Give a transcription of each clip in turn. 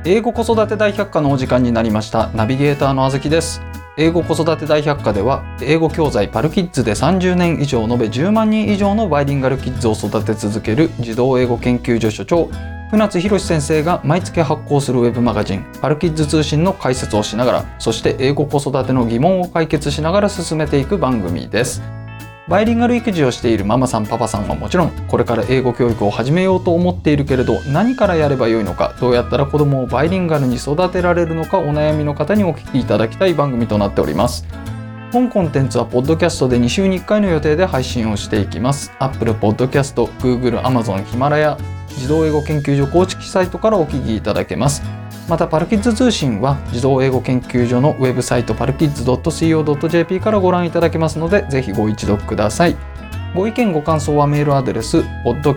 英語子育て大百科のお時間になりました。ナビゲーターのあずきです。英語子育て大百科では英語教材パルキッズで30年以上延べ10万人以上のバイリンガルキッズを育て続ける児童英語研究所所長船津博史先生が毎月発行するウェブマガジンパルキッズ通信の解説をしながら、そして英語子育ての疑問を解決しながら進めていく番組です。バイリンガル育児をしているママさんパパさんはもちろん、これから英語教育を始めようと思っているけれど何からやればよいのか、どうやったら子供をバイリンガルに育てられるのか、お悩みの方にお聞きいただきたい番組となっております。本コンテンツはポッドキャストで2週に1回の予定で配信をしていきます。 Apple Podcast、Google、Amazon、ヒマラヤ、児童英語研究所公式サイトからお聞きいただけます。またパルキッズ通信は児童英語研究所のウェブサイトパルキッズ .co.jp からご覧いただけますので、ぜひご一読ください。ご意見ご感想はメールアドレス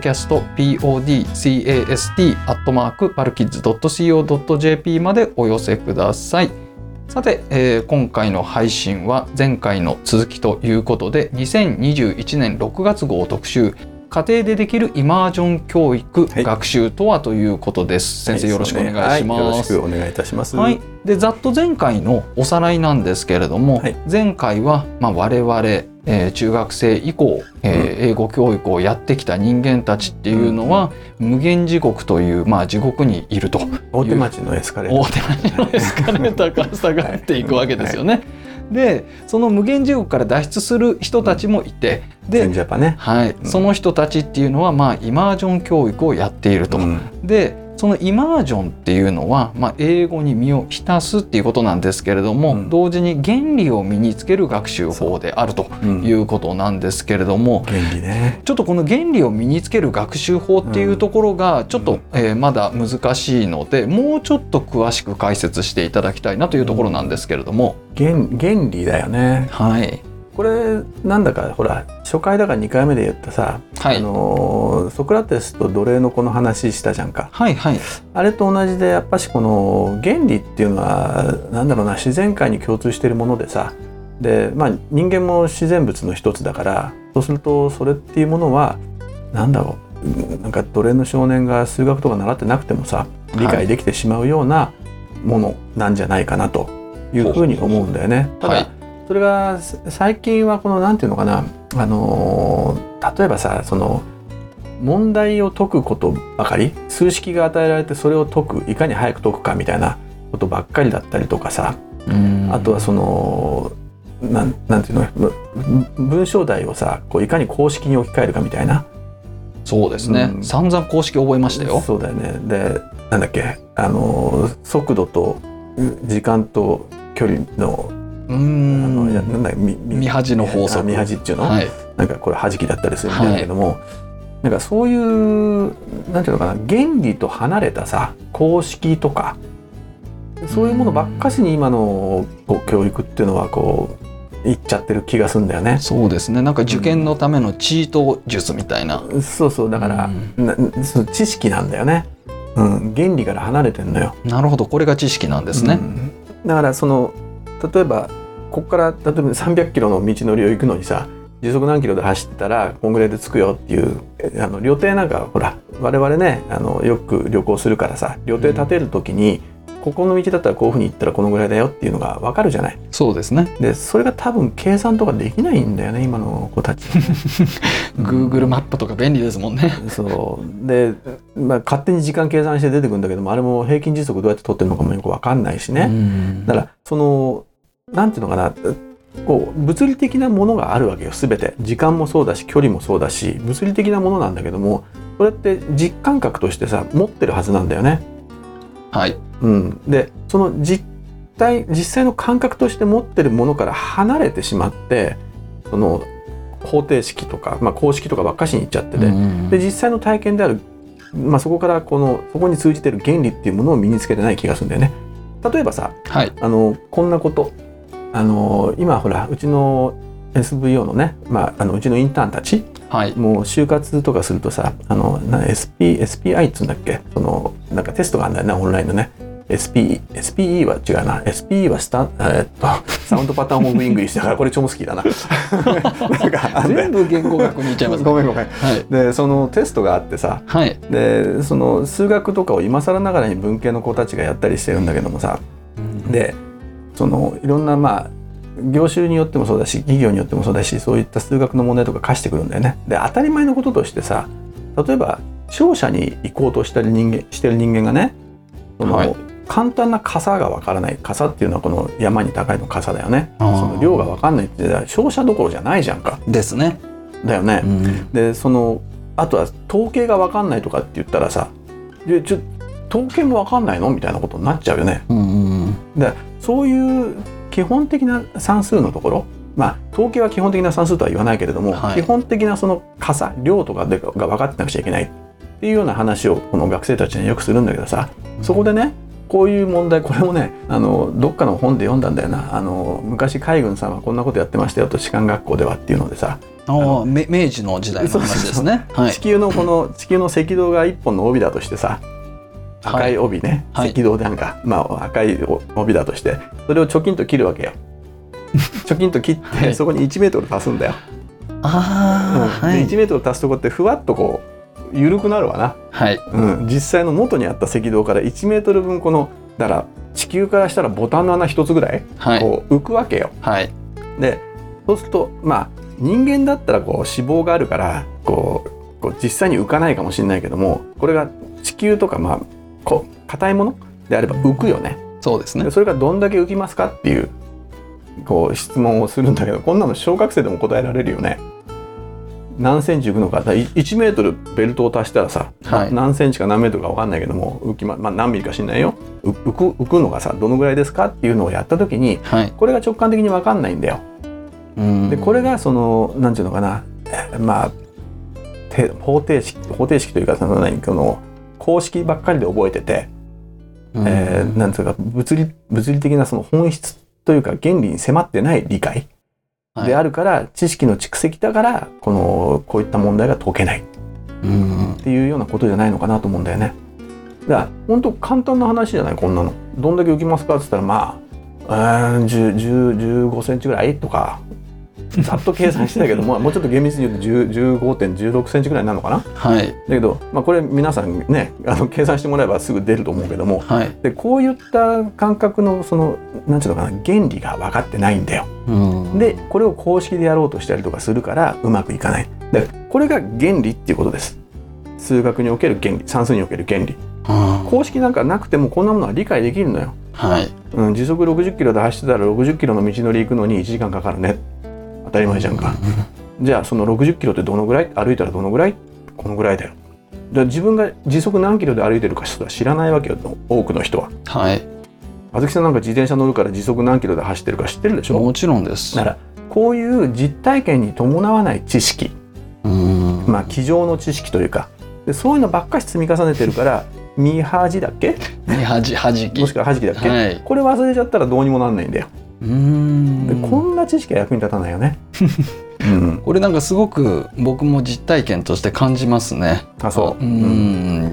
podcast@parkids.co.jp までお寄せください。さて、今回の配信は前回の続きということで、2021年6月号特集、家庭でできるイマージョン教育、学習とはということです。先生、よろしくお願いします。 よろしくお願いいたします。 で、ざっと前回のおさらいなんですけれども、前回は、我々、中学生以降、英語教育をやってきた人間たちっていうのは、無限地獄という、地獄にいるという。 大手町のエスカレーター。 大手町のエスカレーターから下がっていくわけですよね。で、その無限地獄から脱出する人たちもいて、で、その人たちっていうのは、イマージョン教育をやっていると。で、そのイマージョンっていうのは、英語に身を浸すっていうことなんですけれども、同時に原理を身につける学習法であるということなんですけれども、 原理ね、 ちょっとこの原理を身につける学習法っていうところがちょっと、まだ難しいので、もうちょっと詳しく解説していただきたいなというところなんですけれども、 原理だよね。 はい。 これなんだかほら、初回だから2回目で言ったさ、ソクラテスと奴隷の子の話したじゃんか。あれと同じで、やっぱしこの原理っていうのはなんだろうな、自然界に共通しているものでさ、で、人間も自然物の一つだから、そうするとそれっていうものはなんだろう、なんか奴隷の少年が数学とか習ってなくてもさ、理解できてしまうようなものなんじゃないかなというふうに思うんだよね。ただそれが最近はこのなんていうのかな、例えばさ、その問題を解くことばかり、数式が与えられてそれを解く、いかに早く解くかみたいなことばっかりだったりとかさ、あとはそのなんていうの、文章題をさ、こういかに公式に置き換えるかみたいな。 そうですね、散々公式覚えましたよ。 そうだよね。で、なんだっけ、速度と時間と距離のなんだ見恥の法則、見恥っていうの、なんかこれ恥きだったりするんだけども、なんかそういうなんていうのかな、原理と離れたさ、公式とかそういうものばっかしに今の教育っていうのはこういっちゃってる気がするんだよね。 そうですね。なんか受験のためのチート術みたいな。 そうだから、その知識なんだよね。原理から離れてんのよ。 なるほど、これが知識なんですね。 だからその例えばここから例えば300キロの道のりを行くのにさ、時速何キロで走ってたらこんぐらいで着くよっていう旅程なんか、ほら我々ね、よく旅行するからさ、旅程立てる時にここの道だったらこういうふうに行ったらこのぐらいだよっていうのが分かるじゃない。 そうですね。 でそれが多分計算とかできないんだよね、今の子たち。 Google マップとか便利ですもんね。 そうで、勝手に時間計算して出てくるんだけども、あれも平均時速どうやって取ってるのかもよく分かんないしね。だからそのなんていうのかな、こう物理的なものがあるわけよ。全て時間もそうだし距離もそうだし、物理的なものなんだけども、それって実感覚としてさ持ってるはずなんだよね。でその実際の感覚として持ってるものから離れてしまって、その方程式とか、公式とかばっかしにいっちゃってて、で実際の体験である、そこからそこに通じてる原理っていうものを身につけてない気がするんだよね。例えばさ、こんなこと、今ほらうちの SVO のね、うちのインターンたち、もう就活とかするとさ、SPI っつうんだっけ、そのなんかテストがあるんだよね、オンラインのね。 SPE は違うな。SPE はサウンドパターンオブイングリッシュだから、これチョムスキーだな。なんか全部言語学に言っちゃいます、ね。 ごめん。はい、でそのテストがあってさ、はい、でその数学とかを今更ながらに文系の子たちがやったりしてるんだけどもさ、でそのいろんな業種によってもそうだし、企業によってもそうだし、そういった数学の問題とか課してくるんだよね。で当たり前のこととしてさ、例えば商社に行こうとしてる人間がね、その、はい、簡単な傘がわからない。傘っていうのはこの山に高いの傘だよね。その量がわかんないって商社どころじゃないじゃんか。 ですね。 だよね。でそのあとは統計がわかんないとかって言ったらさ、統計もわかんないのみたいなことになっちゃうよね。でそういう基本的な算数のところ、統計は基本的な算数とは言わないけれども、はい、基本的なその傘量とかが分かってなくちゃいけないっていうような話をこの学生たちによくするんだけどさ、そこでね、こういう問題、これもねどっかの本で読んだんだよな。昔海軍さんはこんなことやってましたよと、士官学校ではっていうのでさ、 明治の時代の話ですね。 はい、地球の赤道が一本の帯だとしてさ、赤い帯ね、はい、赤道でなんか、赤い帯だとして、それをチョキンと切るわけよ。チョキンと切って、はい、そこに1メートル足すんだよ。はい、で1メートル足すとこってふわっとこう緩くなるわな。はい、実際の元にあった赤道から1メートル分、だから地球からしたらボタンの穴一つぐらい、はい、こう浮くわけよ。はい、でそうすると人間だったらこう脂肪があるからこう実際に浮かないかもしれないけども、これが地球とか硬いものであれば浮くよね。 そうですね。 でそれがどんだけ浮きますかっていう質問をするんだけど、こんなの小学生でも答えられるよね。何センチ浮くのか、1メートルベルトを足したらさ、はい、何センチか何メートルか分かんないけども何ミリか知んないよ。浮くのがさどのぐらいですかっていうのをやった時に、はい、これが直感的に分かんないんだよ。でこれがそのなんていうのかな、方程式というか、この公式ばっかりで覚えてて、なんていうか物理的なその本質というか原理に迫ってない理解であるから、はい、知識の蓄積だからこういった問題が解けないっていうようなことじゃないのかなと思うんだよね。だから本当簡単な話じゃない、こんなの。どんだけ浮きますかって言ったら15センチぐらいとかざっと計算してたけどもうちょっと厳密に言うと 15.16 センチぐらいなのかな。はい、だけど、これ皆さんね計算してもらえばすぐ出ると思うけども、はい、でこういった感覚のそのなんていうのかな、原理が分かってないんだよ。でこれを公式でやろうとしたりとかするからうまくいかない。でこれが原理っていうことです。数学における原理、算数における原理。公式なんかなくてもこんなものは理解できるのよ。はい、時速60キロで走ってたら60キロの道のり行くのに1時間かかるね。当たり前じゃんか。じゃあその60キロってどのぐらい、歩いたらどのぐらい、このぐらいだよ。で自分が時速何キロで歩いてるか知らないわけよ、多くの人は。はい。あずきさんなんか自転車乗るから時速何キロで走ってるか知ってるでしょ。 もちろんです。 だからこういう実体験に伴わない知識、机上の知識というか、でそういうのばっかし積み重ねてるから見恥だっけ、 はじき、 もしくははじきだっけ、はい、これ忘れちゃったらどうにもなんないんだよ。でこんな知識は役に立たないよね。 これなんかすごく僕も実体験として感じますね。 あ、そう。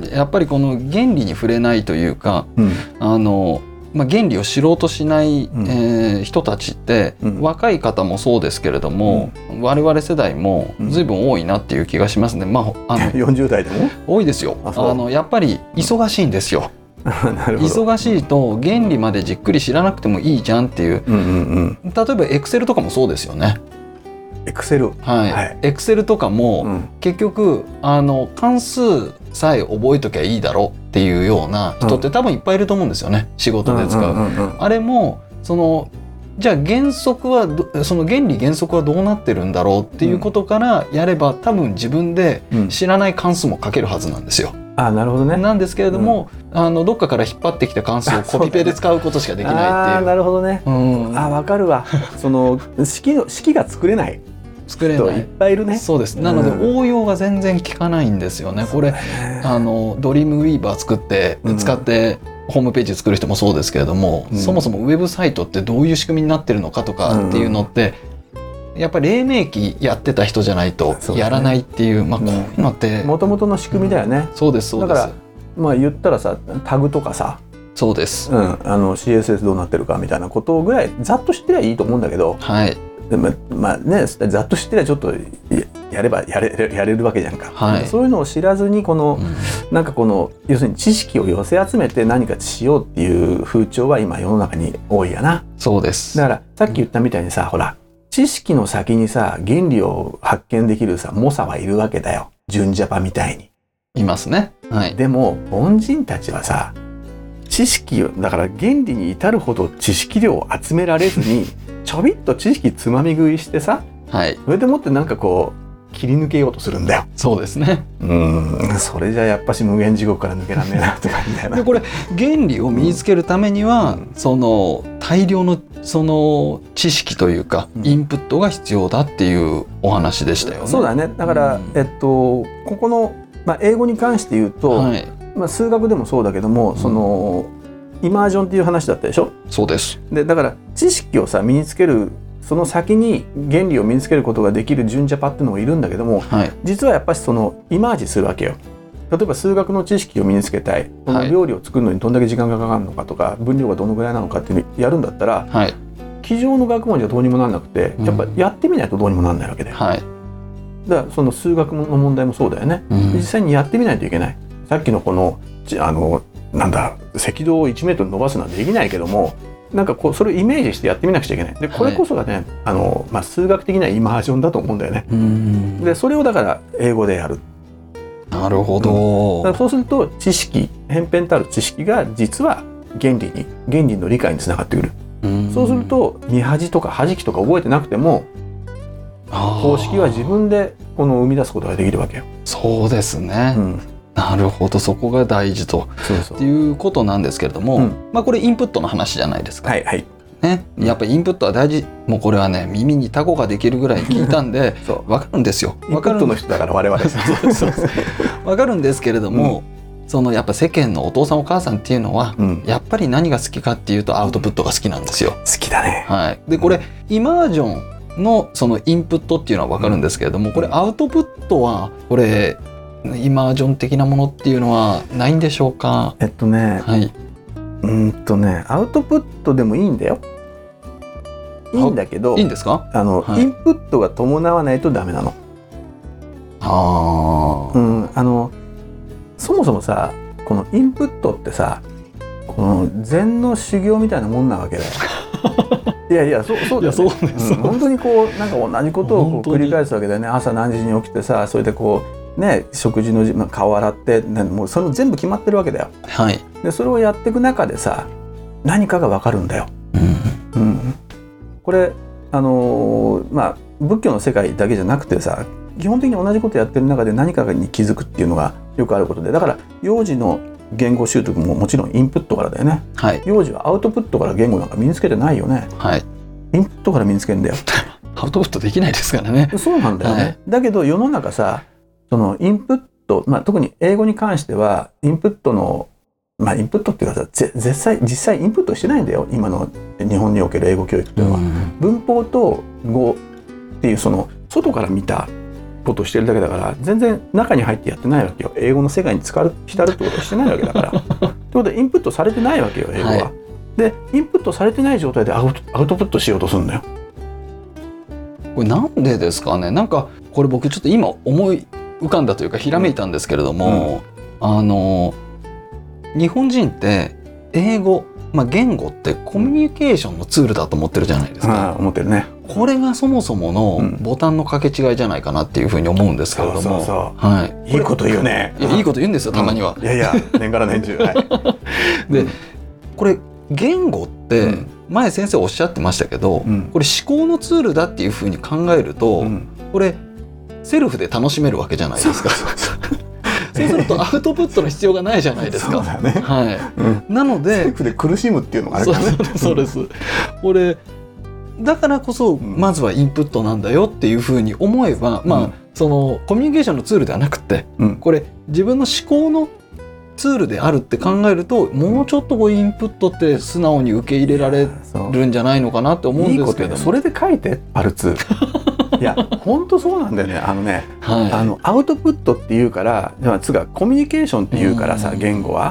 やっぱりこの原理に触れないというか、原理を知ろうとしない、人たちって、若い方もそうですけれども、我々世代も随分多いなっていう気がしますね。 40代でも多いですよ。やっぱり忙しいんですよ。忙しいと原理までじっくり知らなくてもいいじゃんっていう、例えばエクセルとかもそうですよね。 エクセル、 エクセルとかも、結局関数さえ覚えときゃいいだろうっていうような人って多分いっぱいいると思うんですよね、仕事で使う。あれもじゃあ原則はその原理原則はどうなってるんだろうっていうことからやれば、多分自分で知らない関数も書けるはずなんですよ。 なるほどね。 なんですけれども、どっかから引っ張ってきた関数をコピペで使うことしかできないっていう。 なるほどね。わかるわ。その式が作れない人いっぱいいるね。 そうです。なので応用が全然効かないんですよね。これドリームウィーバー使ってホームページ作る人もそうですけれども、そもそもウェブサイトってどういう仕組みになってるのかとかっていうのって、やっぱり黎明期やってた人じゃないとやらないっていう、こういうのって元々の仕組みだよね。 そうですそうです。 だから言ったらさ、タグとかさ、 そうです、 CSS どうなってるかみたいなことぐらいざっと知ってりゃいいと思うんだけど、 はい、 でもまあね、ざっと知ってりゃちょっとやればやれるわけじゃんか、はい、そういうのを知らずになんか要するに知識を寄せ集めて何かしようっていう風潮は今世の中に多いやな。 そうです。 だからさっき言ったみたいにさ、ほら知識の先にさ原理を発見できるさ猛者はいるわけだよ、純ジャパみたいにいますね、はい、 でも凡人たちはさ知識をだから原理に至るほど知識量を集められずにちょびっと知識つまみ食いしてさ、はい、それでもってなんか切り抜けようとするんだよ。 そうですね。 それじゃやっぱし無限地獄から抜けられないなって感じだよな。 でこれ原理を身につけるためには、大量の知識というか、インプットが必要だっていうお話でしたよね。 そうだね。だから、ここの、英語に関して言うと、はい、数学でもそうだけども、イマージョンっていう話だったでしょ。 そうです。 でだから知識をさ身につけるその先に原理を身につけることができる純ジャパっていうのもいるんだけども、はい、実はやっぱりイマージするわけよ。例えば数学の知識を身につけたい、この料理を作るのにどんだけ時間がかかるのかとか、分量がどのぐらいなのかっていうのをやるんだったら、はい、机上の学問じゃどうにもなんなくて、やっぱやってみないとどうにもなんないわけで、はい、だからその数学の問題もそうだよね、実際にやってみないといけない。さっきのなんだ赤道を1メートル伸ばすのはできないけども、なんかそれをイメージしてやってみなくちゃいけない。でこれこそがね、数学的なイマージョンだと思うんだよね。でそれをだから英語でやる。 なるほど。 だからそうすると知識、偏々たる知識が実は原理の理解につながってくる。そうすると見恥とか弾きとか覚えてなくても公式は自分で生み出すことができるわけよ。 そうですね。なるほど、そこが大事とっていうことなんですけれども、これインプットの話じゃないですか。はいはい。ね、やっぱりインプットは大事。もうこれはね、耳にタコができるぐらい聞いたんで分かるんですよ。 インプットの人だから我々 分かるんですけれども、やっぱ世間のお父さんお母さんっていうのは、やっぱり何が好きかっていうとアウトプットが好きなんですよ。 好きだね。 はい。でこれイマージョンのインプットっていうのは分かるんですけれども、これアウトプットはこれイマージョン的なものっていうのはないんでしょうか。 はい、アウトプットでもいいんだよ。いいんだけど、 いいんですか？ インプットが伴わないとダメなの。そもそもさ、このインプットってさ、この禅の修行みたいなもんなわけだよ。いやそうだよね。そうです。本当になんか同じことを繰り返すわけだよね。朝何時に起きてさ、それで食事の顔洗って、もうそれも全部決まってるわけだよ。はい。でそれをやっていく中でさ、何かが分かるんだよ。これ仏教の世界だけじゃなくてさ、基本的に同じことやってる中で何かに気づくっていうのがよくあることで、だから幼児の言語習得ももちろんインプットからだよね。はい。幼児はアウトプットから言語なんか身につけてないよね。はい。インプットから身につけるんだよ。 アウトプットできないですからね。 そうなんだよね。はい、だけど世の中さ、そのインプット、特に英語に関してはインプットのインプットっていうかさ、実際インプットしてないんだよ、今の日本における英語教育っていうのは。文法と語っていう外から見たことをしてるだけだから、全然中に入ってやってないわけよ。英語の世界に浸るってことをしてないわけだから。ということでインプットされてないわけよ、英語は。はい、でインプットされてない状態でアウトプットしようとするんだよ。 これなんでですかね。なんかこれ僕ちょっと今思い浮かんだというかひらめいたんですけれども、日本人って英語、言語ってコミュニケーションのツールだと思ってるじゃないですか。 思ってるね。 これがそもそものボタンの掛け違いじゃないかなっていうふうに思うんですけれども、 はい、いいこと言うね。 いいこと言うんですよ、たまには。 いや年から年中。はい、 でこれ言語って前先生おっしゃってましたけど、これ思考のツールだっていうふうに考えると、これセルフで楽しめるわけじゃないですか。そうするとアウトプットの必要がないじゃないですか。 そうだね。 はい。なのでセルフで苦しむっていうのがあるからね。 そうです。これだからこそまずはインプットなんだよっていうふうに思えば、そのコミュニケーションのツールではなくて、これ自分の思考のツールであるって考えると、もうちょっとインプットって素直に受け入れられるんじゃないのかなって思うんですけども。 それで書いてパルツ。いや本当そうなんだよね。アウトプットっていうから、つうかコミュニケーションっていうからさ、言語は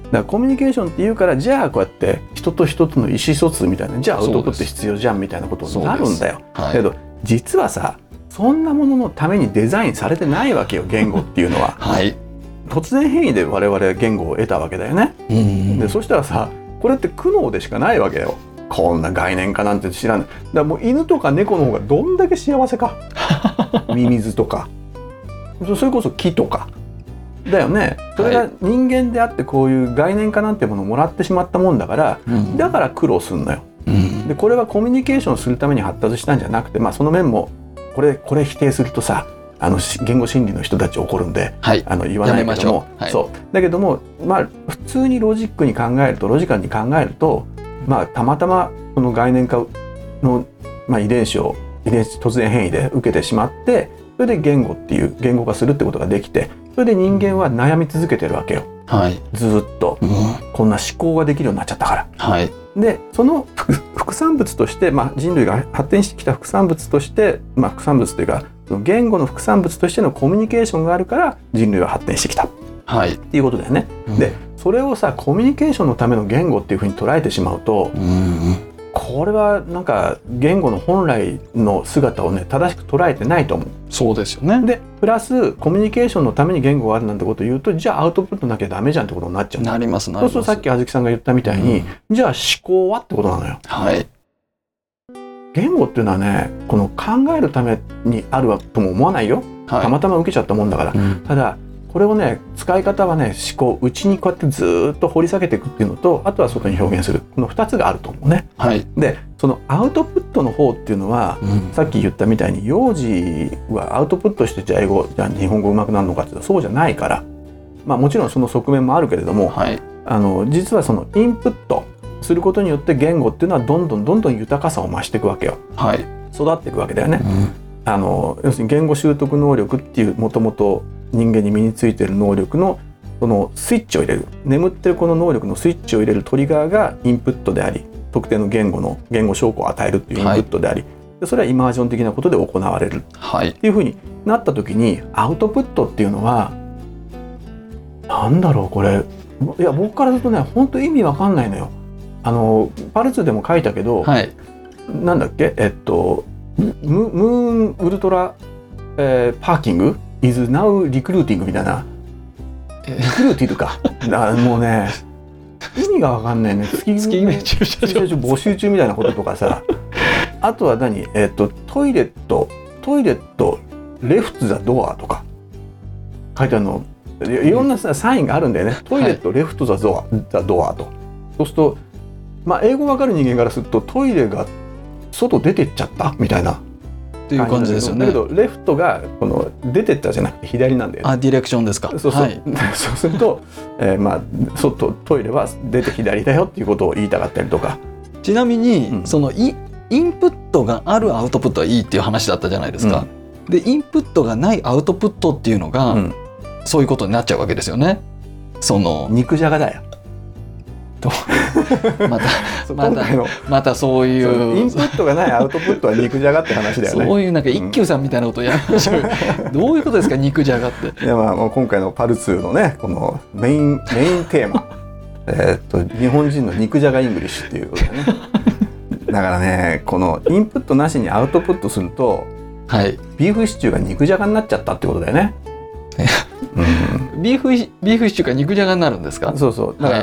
からコミュニケーションっていうから、じゃあこうやって人と人との意思疎通みたいな、じゃあアウトプット必要じゃんみたいなことになるんだよ。だけど実はさ、そんなもののためにデザインされてないわけよ、言語っていうのは。はい、突然変異で我々言語を得たわけだよね。でそしたらさ、これって苦悩でしかないわけよ。こんな概念化なんて知らない。だからもう犬とか猫の方がどんだけ幸せかミミズとか、それこそ木とかだよね。それが人間であって、こういう概念化なんてものをもらってしまったもんだから、だから苦労すんのよ。でこれはコミュニケーションするために発達したんじゃなくて、その面もこれ否定するとさ、言語心理の人たち怒るんで、言わないけども、そうだけども、普通にロジカルに考えると、たまたまこの概念化の、遺伝子突然変異で受けてしまって、それで言語化するってことができて、それで人間は悩み続けてるわけよ、ずっと、こんな思考ができるようになっちゃったから。でその副産物として、人類が発展してきた副産物として、副産物というか言語の副産物としてのコミュニケーションがあるから人類は発展してきた、っていうことだよね。でそれをさ、コミュニケーションのための言語っていうふうに捉えてしまうと、これはなんか言語の本来の姿をね、正しく捉えてないと思う。 そうですよね。 でプラスコミュニケーションのために言語があるなんてことを言うと、じゃあアウトプットなきゃダメじゃんってことになっちゃう。 なります。 そうするとさっきあずきさんが言ったみたいに、じゃあ思考はってことなのよ。言語っていうのはね、この考えるためにあるとも思わないよ、たまたま受けちゃったもんだから。ただこれをね、使い方はね、思考内にこうやってずっと掘り下げていくっていうのと、あとは外に表現する、この2つがあると思うね。でそのアウトプットの方っていうのは、さっき言ったみたいに幼児はアウトプットして、じゃあ日本語上手くなるのかっていうとそうじゃないから、もちろんその側面もあるけれども、実はそのインプットすることによって言語っていうのはどんどん豊かさを増していくわけよ。育っていくわけだよね。要するに言語習得能力っていう、もともと人間に身についている能力のそのスイッチを入れる、眠ってるこの能力のスイッチを入れるトリガーがインプットであり、特定の言語証拠を与えるっていうインプットであり、それはイマージョン的なことで行われるっていうふうになった時に、アウトプットっていうのはなんだろう、これいや僕からするとね、本当意味わかんないのよ。パルツでも書いたけど、なんだっけ、ムーンウルトラ、パーキングis now recruiting みたいな、リクルーティルかもうね、意味がわかんないね。月駐車場募集中みたいなこととかさあとはトイレットレフトザドアとか書いてあるの、いろんなサインがあるんだよね。トイレットレフトザドアと、そうすると英語わかる人間からすると、トイレが外出てっちゃったみたいなっていう感じですよね。 だけどレフトがこの出てったじゃなくて左なんだよね。 ディレクションですか。 そうすると、外トイレは出て左だよっていうことを言いたかったりとか。 ちなみに、そのインプットがあるアウトプットはいいっていう話だったじゃないですか。でインプットがないアウトプットっていうのが、そういうことになっちゃうわけですよね。その肉じゃがだよまたそういうインプットがないアウトプットは肉じゃがって話だよね。 そういうなんか一休さんみたいなことやりましょうどういうことですか、肉じゃがって。 いや、今回のパル2のね、このメインテーマ日本人の肉じゃがイングリッシュっていうことだよねだからね、このインプットなしにアウトプットすると、ビーフシチューが肉じゃがになっちゃったってことだよねビーフシチューが肉じゃがになるんですか。 そうだから、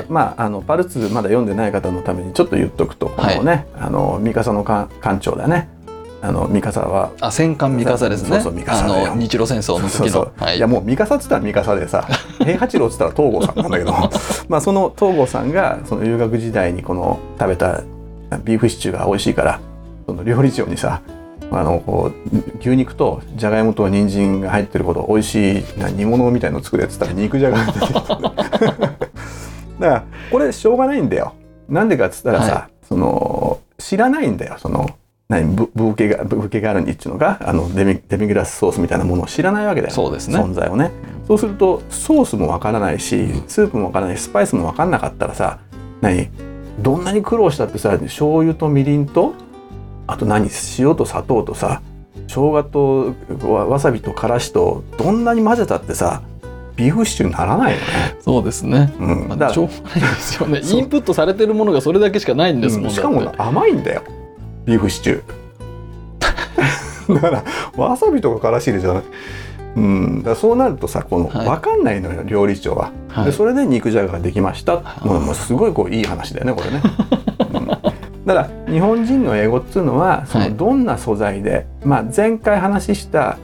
パルツまだ読んでない方のためにちょっと言っとくと、ミカサの艦長だね。ミカサは戦艦ミカサですね。 ミカサだよ。 日露戦争の時の。 いやもうミカサっつったらミカサでさ平八郎っつったら東郷さんなんだけどその東郷さんがその留学時代にこの食べたビーフシチューが美味しいから、その料理長にさ、牛肉とじゃがいもと人参が入ってること美味しい煮物みたいの作るやつったら肉じゃがってだからこれしょうがないんだよ。なんでかっつったらさ、その知らないんだよ。そのブーケガルニっていうのがデミグラスソースみたいなものを知らないわけだよ。 そうですね。 存在をね。そうするとソースもわからないし、スープもわからないし、スパイスもわかんなかったらさ、どんなに苦労したってさ、醤油とみりんとあと塩と砂糖とさ、生姜とわさびとからしとどんなに混ぜたってさ、 ビーフシチューにならないよね。 そうですね、 だしょうがないですよね。インプットされてるものがそれだけしかないんですもん、 しかも甘いんだよビーフシチューだからわさびとかからし入れじゃない、だからそうなるとさこの、分かんないのよ料理長は、でそれで肉じゃがができました、もうすごいこういい話だよねこれね、だから日本人の英語っていうのはそのどんな素材で、前回話した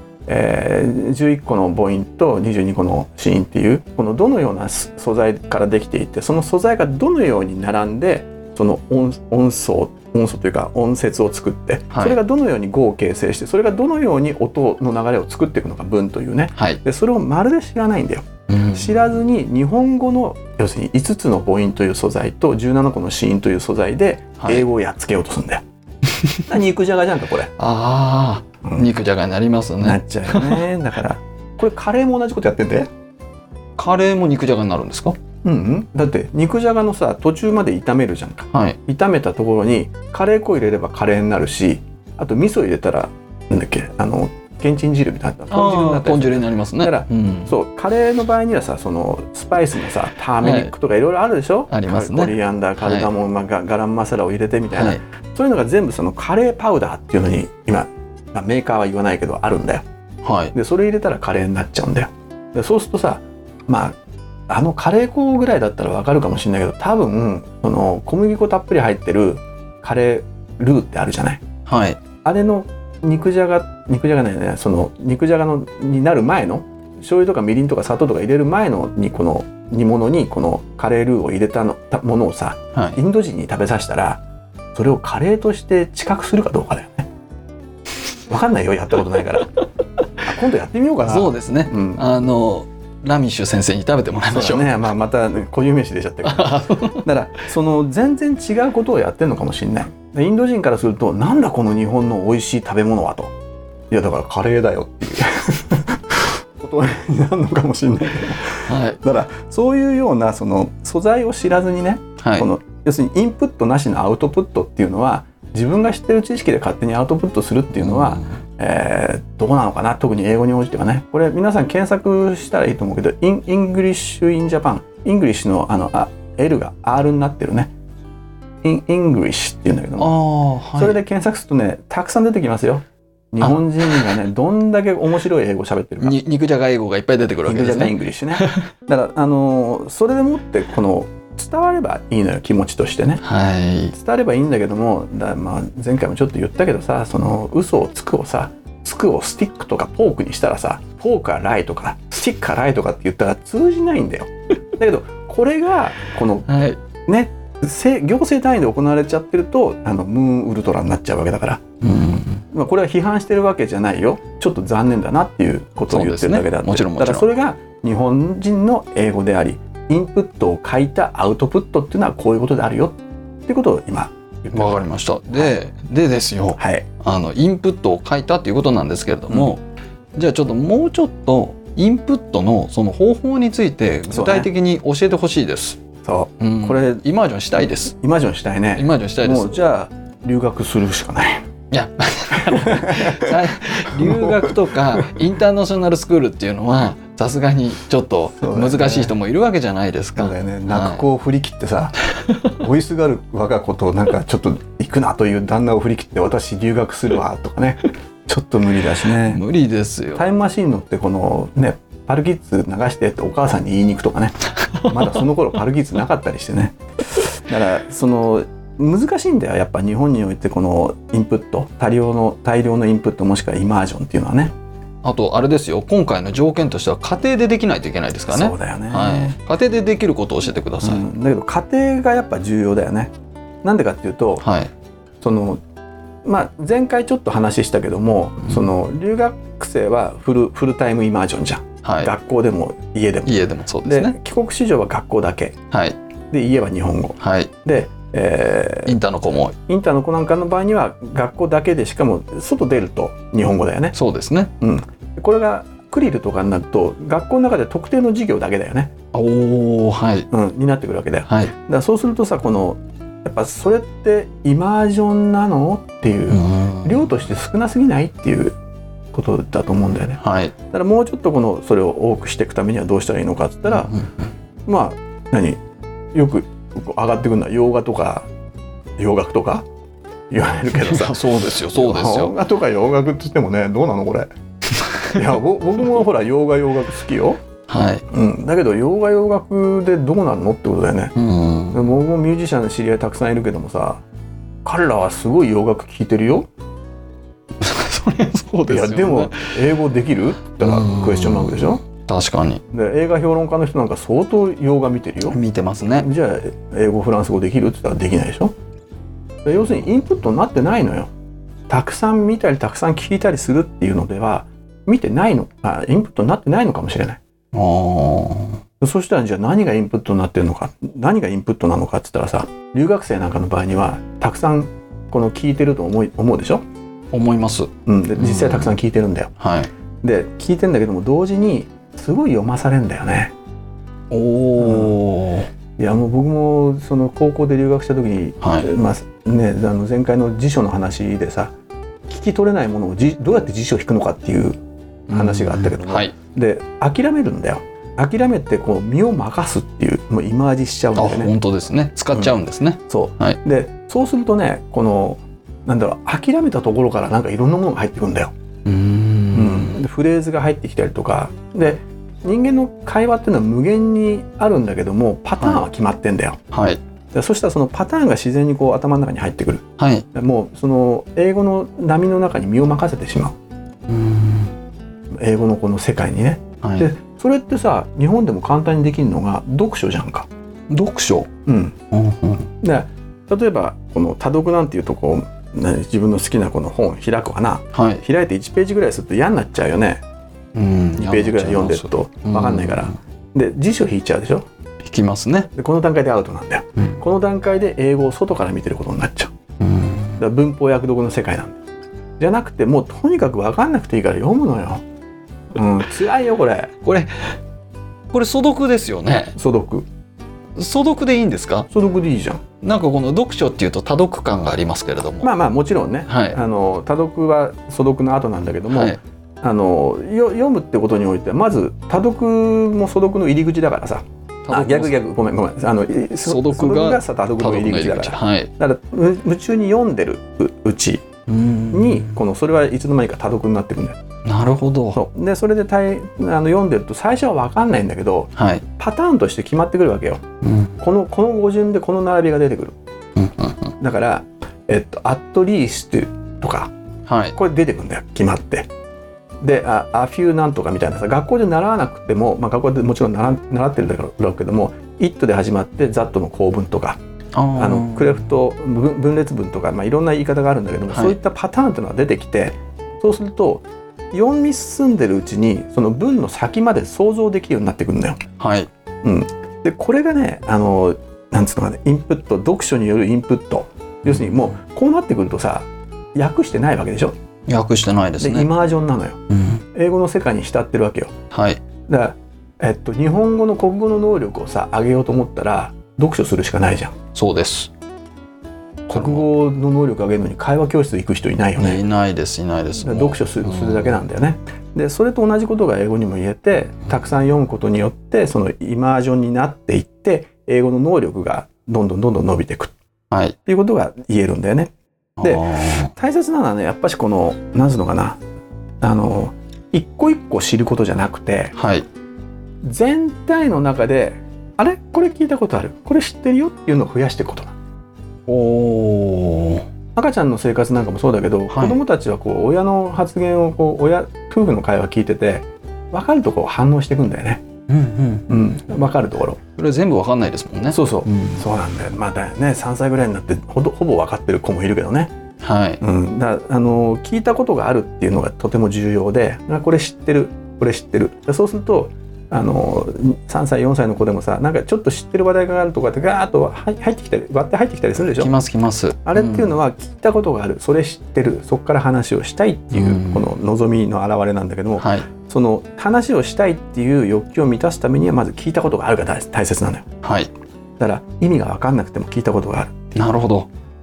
11個の母音と22個の子音っていうこのどのような素材からできていて、その素材がどのように並んでその音素というか音節を作って、それがどのように語を形成して、それがどのように音の流れを作っていくのか文というね、でそれをまるで知らないんだよ、知らずに日本語の要するに5つの母音という素材と17個の子音という素材で英語をやっつけようとするんだよ、肉じゃがじゃんかこれ。 肉じゃがになりますね。 なっちゃうよね。だからこれカレーも同じことやってんで。 カレーも肉じゃがになるんですか？ だって肉じゃがのさ途中まで炒めるじゃんか、炒めたところにカレー粉入れればカレーになるし、あと味噌入れたらなんだっけけんちん汁みたいな豚汁になりますね。 だから、そうカレーの場合にはさそのスパイスのさターメリックとかいろいろあるでしょ、 ありますね。 コリアンダーカルダモン、ガラムマサラを入れてみたいな、そういうのが全部そのカレーパウダーっていうのに今、メーカーは言わないけどあるんだよ、でそれ入れたらカレーになっちゃうんだよ。でそうするとさカレー粉ぐらいだったらわかるかもしれないけど、多分その小麦粉たっぷり入ってるカレールーってあるじゃない、あれの肉じゃがないね、その肉じゃがのになる前の醤油とかみりんとか砂糖とか入れる前のにこの煮物にこのカレールーを入れたものをさ、インド人に食べさせたらそれをカレーとして知覚するかどうかだよね。わかんないよ、やったことないから今度やってみようかな。 そうですね、ラミッシュ先生に食べてもらいましょう。 そうだね、また固有名詞出ちゃったからだからその全然違うことをやってるのかもしれない。インド人からするとなんだこの日本の美味しい食べ物はと、いやだからカレーだよっていうことになるのかもしれないけど、だからそういうようなその素材を知らずにね、この要するにインプットなしのアウトプットっていうのは、自分が知ってる知識で勝手にアウトプットするっていうのは、どうなのかな、特に英語に応じてはね。これ皆さん検索したらいいと思うけど、English in Japan、イングリッシュのL が R になってるね、English っていうんだけども、それで検索するとね、たくさん出てきますよ。日本人がね、どんだけ面白い英語を喋ってるか。 肉じゃが英語がいっぱい出てくるわけですね。 肉じゃがイングリッシュね。だからそれでもってこの伝わればいいのよ、気持ちとしてね、伝わればいいんだけども、前回もちょっと言ったけどさ、その嘘をつくをさ、つくをスティックとかポークにしたらさ、ポークはライとかスティックはライとかって言ったら通じないんだよ。だけどこれがこの、ね、行政単位で行われちゃってるとムーンウルトラになっちゃうわけだから、これは批判してるわけじゃないよ、ちょっと残念だなっていうことを言ってるだけであって、だからそれが日本人の英語であり、インプットを書いたアウトプットっていうのはこういうことであるよっていうことを今言ってます。 わかりました。でですよ、インプットを書いたっていうことなんですけれども、じゃあちょっともうちょっとインプットのその方法について具体的に教えてほしいです。 これイマージョンしたいです。 イマージョンしたいね。 イマージョンしたいです。 もうじゃあ留学するしかない。 いや留学とかインターナショナルスクールっていうのはさすがにちょっと難しい人もいるわけじゃないですか。 そうだよね。泣く子を振り切ってさ、追いすがる我が子となんかちょっと行くなという旦那を振り切って私留学するわとかね、ちょっと無理だしね。 無理ですよ。 タイムマシーン乗ってこのね、パルキッズ流してってお母さんに言いに行くとかねまだその頃パルキッズなかったりしてね。だからその難しいんだよ、やっぱ日本においてこのインプット、大量のインプットもしくはイマージョンっていうのはね。 あとあれですよ、今回の条件としては家庭でできないといけないですからね。 そうだよね、 家庭でできることを教えてください。 だけど家庭がやっぱ重要だよね。なんでかっていうと、その前回ちょっと話したけども、その留学生はフルタイムイマージョンじゃん、学校でも家でもそうですね。 で帰国子女は学校だけ、で家は日本語、でインターの子なんかの場合には学校だけで、しかも外出ると日本語だよね。 そうですね、 これがクリルとかになると学校の中で特定の授業だけだよね。になってくるわけだよ。だからそうするとさ、このやっぱそれってイマージョンなのっていう、量として少なすぎないっていうことだと思うんだよね。 はい、 だからもうちょっとそれを多くしていくためにはどうしたらいいのかって言ったら、まあよく上がってくるのは洋画とか洋楽とか言われるけどさそうですよそうですよ。 洋画とか洋楽って言ってもね、どうなのこれいや僕もほら洋画洋楽好きよ。 はい、 だけど洋画洋楽でどうなるのってことだよね。僕もミュージシャンの知り合いたくさんいるけどもさ、彼らはすごい洋楽聴いてるよそれそうですよね。 いやでも英語できるって言ったらクエスチョンマークでしょ。 確かに。 で映画評論家の人なんか相当洋画見てるよ。 見てますね。 じゃあ英語フランス語できるって言ったらできないでしょ。で要するにインプットになってないのよ。たくさん見たりたくさん聞いたりするっていうのでは見てないの、インプットになってないのかもしれない。そしたらじゃあ何がインプットになってるのか、何がインプットなのかって言ったらさ、留学生なんかの場合にはたくさん聞いてると思うでしょ。 思います。 で実際たくさん聞いてるんだよ。 はい。 で聞いてんだけども同時にすごい読まされるんだよね。いやもう僕もその高校で留学した時に、前回の辞書の話でさ、聞き取れないものをどうやって辞書を引くのかっていう話があったけども、で諦めるんだよ。諦めて身を任すっていう、もうイマージしちゃうんだよね。 本当ですね。使っちゃうんですね。 そう。でそうするとね、諦めたところからなんかいろんなものが入ってくるんだよ。でフレーズが入ってきたりとかで、人間の会話っていうのは無限にあるんだけどもパターンは決まってんだよ。そしたらそのパターンが自然に頭の中に入ってくる。もうその英語の波の中に身を任せてしまう。英語のこの世界にね。でそれってさ、日本でも簡単にできるのが読書じゃんか。 読書。 で例えばこの多読なんていうと自分の好きなこの本開くわな、開いて1ページぐらいすると嫌になっちゃうよね。2ページぐらい読んでると分かんないから。で辞書引いちゃうでしょ。 引きますね。 でこの段階でアウトなんだよ。この段階で英語を外から見てることになっちゃう。だから文法訳読の世界なんだ。じゃなくてもうとにかく分かんなくていいから読むのよ。辛いよこれ素読ですよね。 素読でいいんですか？ 素読でいいじゃん。 なんかこの読書っていうと多読感がありますけれども、 もちろんね、多読は素読の後なんだけども、読むってことにおいてはまず多読も素読の入り口だからさ。逆ごめん素読が多読の入り口だから、だから夢中に読んでるうちにそれはいつの間にか多読になってくんだよ。 なるほど。 でそれで読んでると最初は分かんないんだけど、パターンとして決まってくるわけよ。この語順でこの並びが出てくる。だからat least とか、これ出てくるんだよ、決まって。でa few なんとかみたいなさ、学校で習わなくても、学校でもちろん習ってるだろうけども it で始まって that の構文とかクレフト分裂文とか、いろんな言い方があるんだけども、そういったパターンというのが出てきて、そうすると読み進んでるうちにその文の先まで想像できるようになってくるんだよ。でこれがね、なんつうのかね、インプット、読書によるインプット、要するにもうこうなってくるとさ、訳してないわけでしょ。 訳してないですね。 でイマージョンなのよ。英語の世界に浸ってるわけよ。だから、日本語の国語の能力をさ上げようと思ったら読書するしかないじゃん。 そうです。 国語の能力上げるのに会話教室行く人いないよね。 いないです。 読書するだけなんだよね。でそれと同じことが英語にも言えて、たくさん読むことによってそのイマージョンになっていって英語の能力がどんどん伸びていくっていうことが言えるんだよね。で大切なのはね、やっぱしなんつうのかな、一個一個知ることじゃなくて、全体の中であれこれ聞いたことある、これ知ってるよっていうのを増やしていくことなの。赤ちゃんの生活なんかもそうだけど、子供たちは親の発言を夫婦の会話聞いてて分かるところ反応していくんだよね。分かるところ。 それ全部分かんないですもんね。 そうなんだよ。だよね、3歳ぐらいになってほぼ分かってる子もいるけどね。聞いたことがあるっていうのがとても重要で、これ知ってる。そうすると3歳4歳の子でもさ、なんかちょっと知ってる話題があるとかってガーッと入ってきたり割って入ってきたりするでしょ。 きますあれっていうのは聞いたことがある、それ知ってる、そこから話をしたいっていうこの望みの表れなんだけども、その話をしたいっていう欲求を満たすためにはまず聞いたことがあるが大切なのよ。だから意味が分かんなくても聞いたことがあるっていう。 なるほど。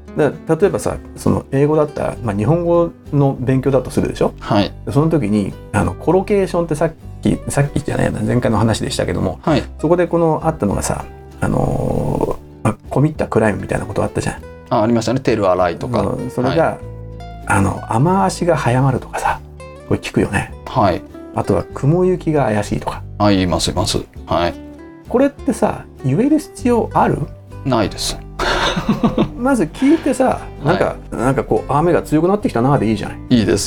例えばさその英語だったら、日本語の勉強だとするでしょ、 はい、 その時にコロケーションってさっきじゃないな前回の話でしたけども、 はい、 そこであったのがさコミッタクライムみたいなことあったじゃん。 ありましたね。テルアライとか、 それが、雨足が早まるとかさこれ聞くよね。 はい。 あとは雲行きが怪しいとか。 言います。はい。 これってさ言える必要ある？ ないです。 まず聞いてさなんか雨が強くなってきたなでいいじゃない。 いいです。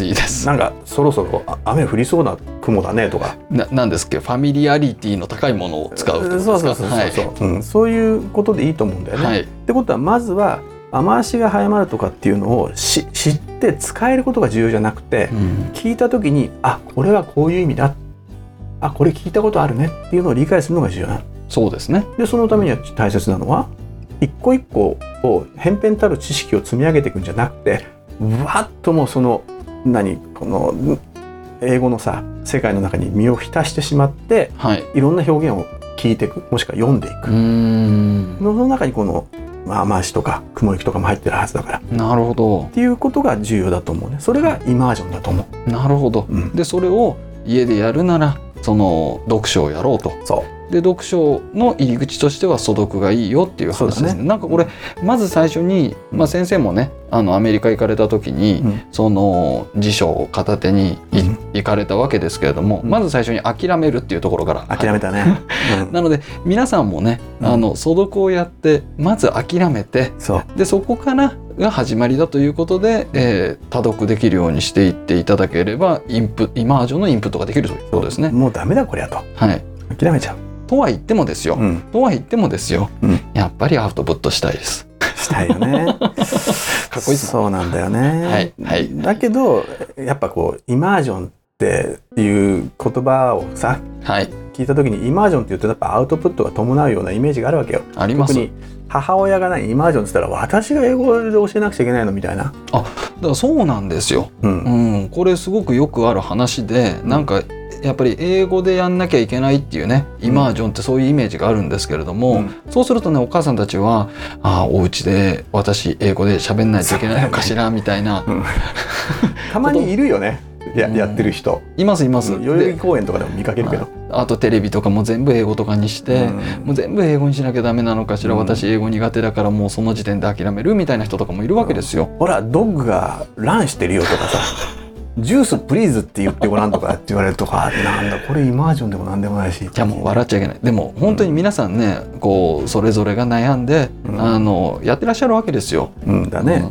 なんかそろそろ雨降りそうな雲だねとか。 なんですっけファミリアリティの高いものを使うってことですか。 そういうことでいいと思うんだよね。ってことはまずは雨足が早まるとかっていうのを知って使えることが重要じゃなくて、聞いた時にこれはこういう意味だ、これ聞いたことあるねっていうのを理解するのが重要なの。 そうですね。 でそのためには大切なのは一個一個を偏々たる知識を積み上げていくんじゃなくてわっともうこの英語のさ世界の中に身を浸してしまって、いろんな表現を聞いていくもしくは読んでいく。その中にこの雨足とか雲行きとかも入ってるはずだから。なるほど。っていうことが重要だと思うね。それがイマージョンだと思う。 なるほど。でそれを家でやるならその読書をやろうと。で読書の入り口としては素読がいいよっていう話ですね。なんかこれまず最初に、先生もねアメリカ行かれた時に、その辞書を片手に行かれたわけですけれども、まず最初に諦めるっていうところから諦めたね。 なので皆さんもね素読をやってまず諦めてでそこからが始まりだということで、多読できるようにしていっていただければイマージョンのインプットができるということですね。 もうダメだこりゃと、諦めちゃう。 とは言ってもですよ、やっぱりアウトプットしたいです。 したいよね。かっこいいですそうなんだよね。だけどやっぱイマージョンっていう言葉をさ、聞いた時にイマージョンって言うとやっぱアウトプットが伴うようなイメージがあるわけよ。 あります。 特に母親がイマージョンって言ったら私が英語で教えなくちゃいけないのみたいな。 だからそうなんですよ。これすごくよくある話で、なんかやっぱり英語でやんなきゃいけないっていうねイマージョンってそういうイメージがあるんですけれども、そうするとねお母さんたちはお家で私英語で喋んないといけないのかしらみたいな、 たまにいるよね。やってる人います。 代々木公園とかでも見かけるけど、 あとテレビとかも全部英語とかにして、もう全部英語にしなきゃダメなのかしら、私英語苦手だからもうその時点で諦めるみたいな人とかもいるわけですよ。 ほらドッグがランしてるよとかさジュースプリーズって言ってごらんとかって言われるとかなんだこれイマージョンでもなんでもないし、 じゃあもう笑っちゃいけない。でも本当に皆さんねそれぞれが悩んで、やってらっしゃるわけですよ。 だね。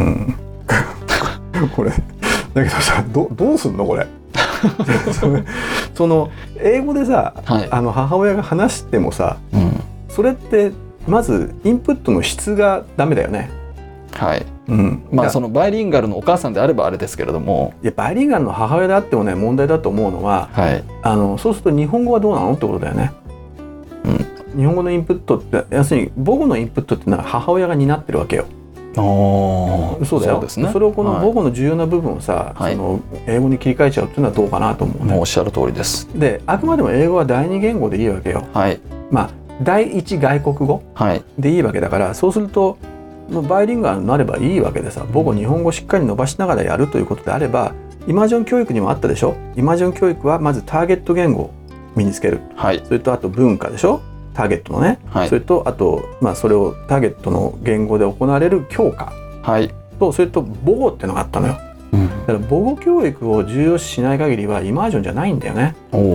これだけどさどうすんのこれその英語でさ、母親が話してもさ、それってまずインプットの質がダメだよね。そのバイリンガルのお母さんであればあれですけれども、いやバイリンガルの母親であってもね問題だと思うのは、そうすると日本語はどうなのってことだよね。日本語のインプットって要するに母語のインプットっていうのは母親が担ってるわけよ。そうだよ。それをこの母語の重要な部分をさ、その英語に切り替えちゃうっていうのはどうかなと思うね。 もうおっしゃる通りです。 であくまでも英語は第二言語でいいわけよ。第一外国語でいいわけだから、そうするとバイリンガルになればいいわけでさ、母語日本語をしっかり伸ばしながらやるということであれば、イマージョン教育にもあったでしょ。イマージョン教育はまずターゲット言語を身につける、それとあと文化でしょ、ターゲットのね、それとあと、それをターゲットの言語で行われる教科、とそれと母語っていうのがあったのよ。だから母語教育を重要視しない限りはイマージョンじゃないんだよね。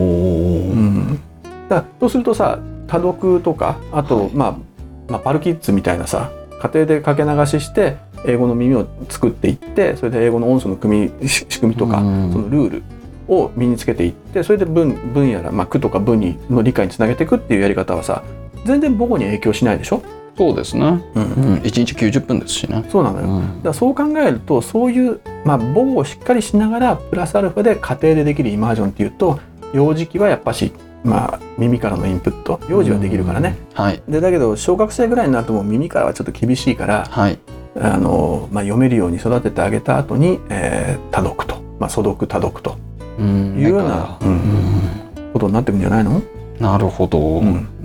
だからそうするとさ多読とかあと、パルキッズみたいなさ家庭でかけ流しして英語の耳を作っていって、それで英語の音素の仕組みとかそのルールを身につけていって、それで文やら、句とか文の理解につなげていくっていうやり方はさ全然母語に影響しないでしょ。 そうですね。1日90分ですしね。 そうなのよ。だからそう考えるとそういう、母語をしっかりしながらプラスアルファで家庭でできるイマージョンっていうと、幼児期はやっぱし耳からのインプット、幼児はできるからね。でだけど小学生ぐらいになるともう耳からはちょっと厳しいから、読めるように育ててあげた後に、多読と、素読多読というようなことになってくるんじゃないの？ なるほど。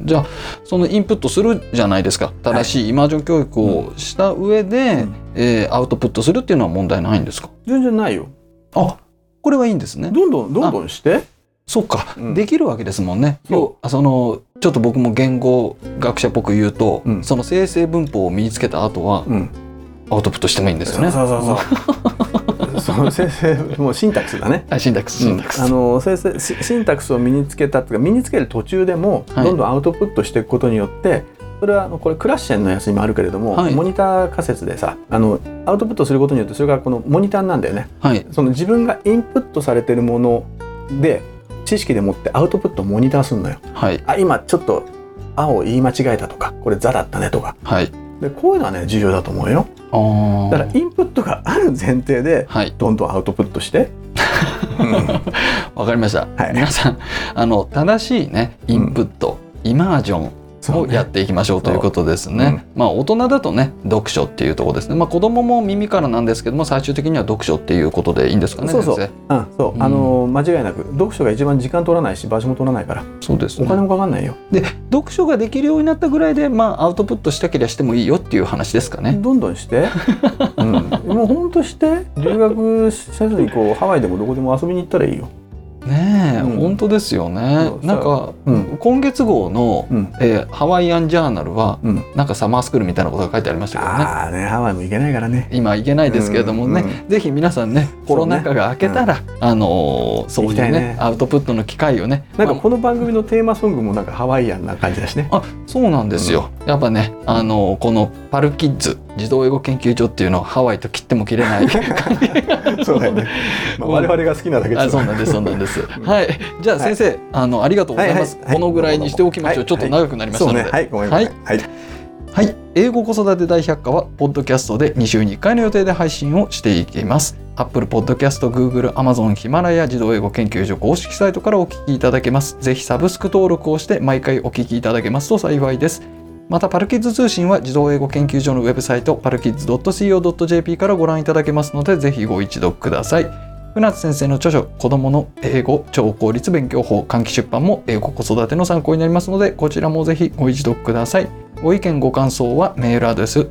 じゃあそのインプットするじゃないですか。正しいイマージョン教育をした上で、アウトプットするっていうのは問題ないんですか？ 全然ないよ。 あ、これはいいんですね。 どんどんして。 そうか、できるわけですもんね。ちょっと僕も言語学者っぽく言うと、その生成文法を身につけた後は、アウトプットしてもいいんですよね。 その生成もうシンタックスだね。 シンタックス。 シンタックスを身につけたっていうか、身につける途中でもどんどんアウトプットしていくことによって、それはこれクラッシェンのやつにもあるけれども、モニター仮説でさ、アウトプットすることによってそれがこのモニターなんだよね。その自分がインプットされてるもので知識でもってアウトプットをモニターするのよ。今ちょっと青言い間違えたとか、これザだったねとか。でこういうのはね重要だと思うよ。だからインプットがある前提でどんどんアウトプットして。 わかりました。皆さん正しいねインプット、イマージョンをやっていきましょうということですね。大人だとね読書っていうところですね。子供も耳からなんですけども、最終的には読書っていうことでいいんですかね。間違いなく読書が一番時間取らないし場所も取らないから。そうですね。お金もかかんないよ。 で読書ができるようになったぐらいでアウトプットしたけりゃしてもいいよっていう話ですかね。 どんどんして、もうほんとして留学せずにハワイでもどこでも遊びに行ったらいいよ。 ねえ、本当ですよね。なんか、今月号の、ハワイアンジャーナルは、なんかサマースクールみたいなことが書いてありましたけどね。 ハワイも行けないからね。 今行けないですけれどもね、ぜひ皆さんね、コロナ禍が明けたら、そういうねアウトプットの機会をね。 なんかこの番組のテーマソングもなんかハワイアンな感じだしね。 そうなんですよ。やっぱね、このパルキッズ児童英語研究所っていうのはハワイと切っても切れない感じ。 そうだよね。我々が好きなだけです。 そうなんです。はい。じゃあ先生、ありがとうございます。このぐらいにしておきましょう。ちょっと長くなりましたので。 はい、ごめんなさい。 はい。英語子育て大百科はポッドキャストで2週に1回の予定で配信をしていきます。Apple Podcast、Google、Amazon、ヒマラヤ児童英語研究所公式サイトからお聞きいただけます。ぜひサブスク登録をして毎回お聞きいただけますと幸いです。またパルキッズ通信は児童英語研究所のウェブサイトパルキッズ .co.jp からご覧いただけますので、ぜひご一読ください。船津先生の著書子どもの英語超効率勉強法換気出版も英語子育ての参考になりますので、こちらもぜひご一読ください。ご意見ご感想はメールアドレス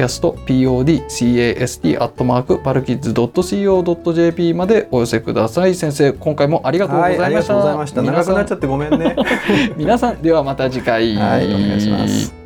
podcast.podcast@parkids.co.jp までお寄せください。先生、今回もありがとうございました。 長くなっちゃってごめんね。 皆さんではまた次回。 お願いします。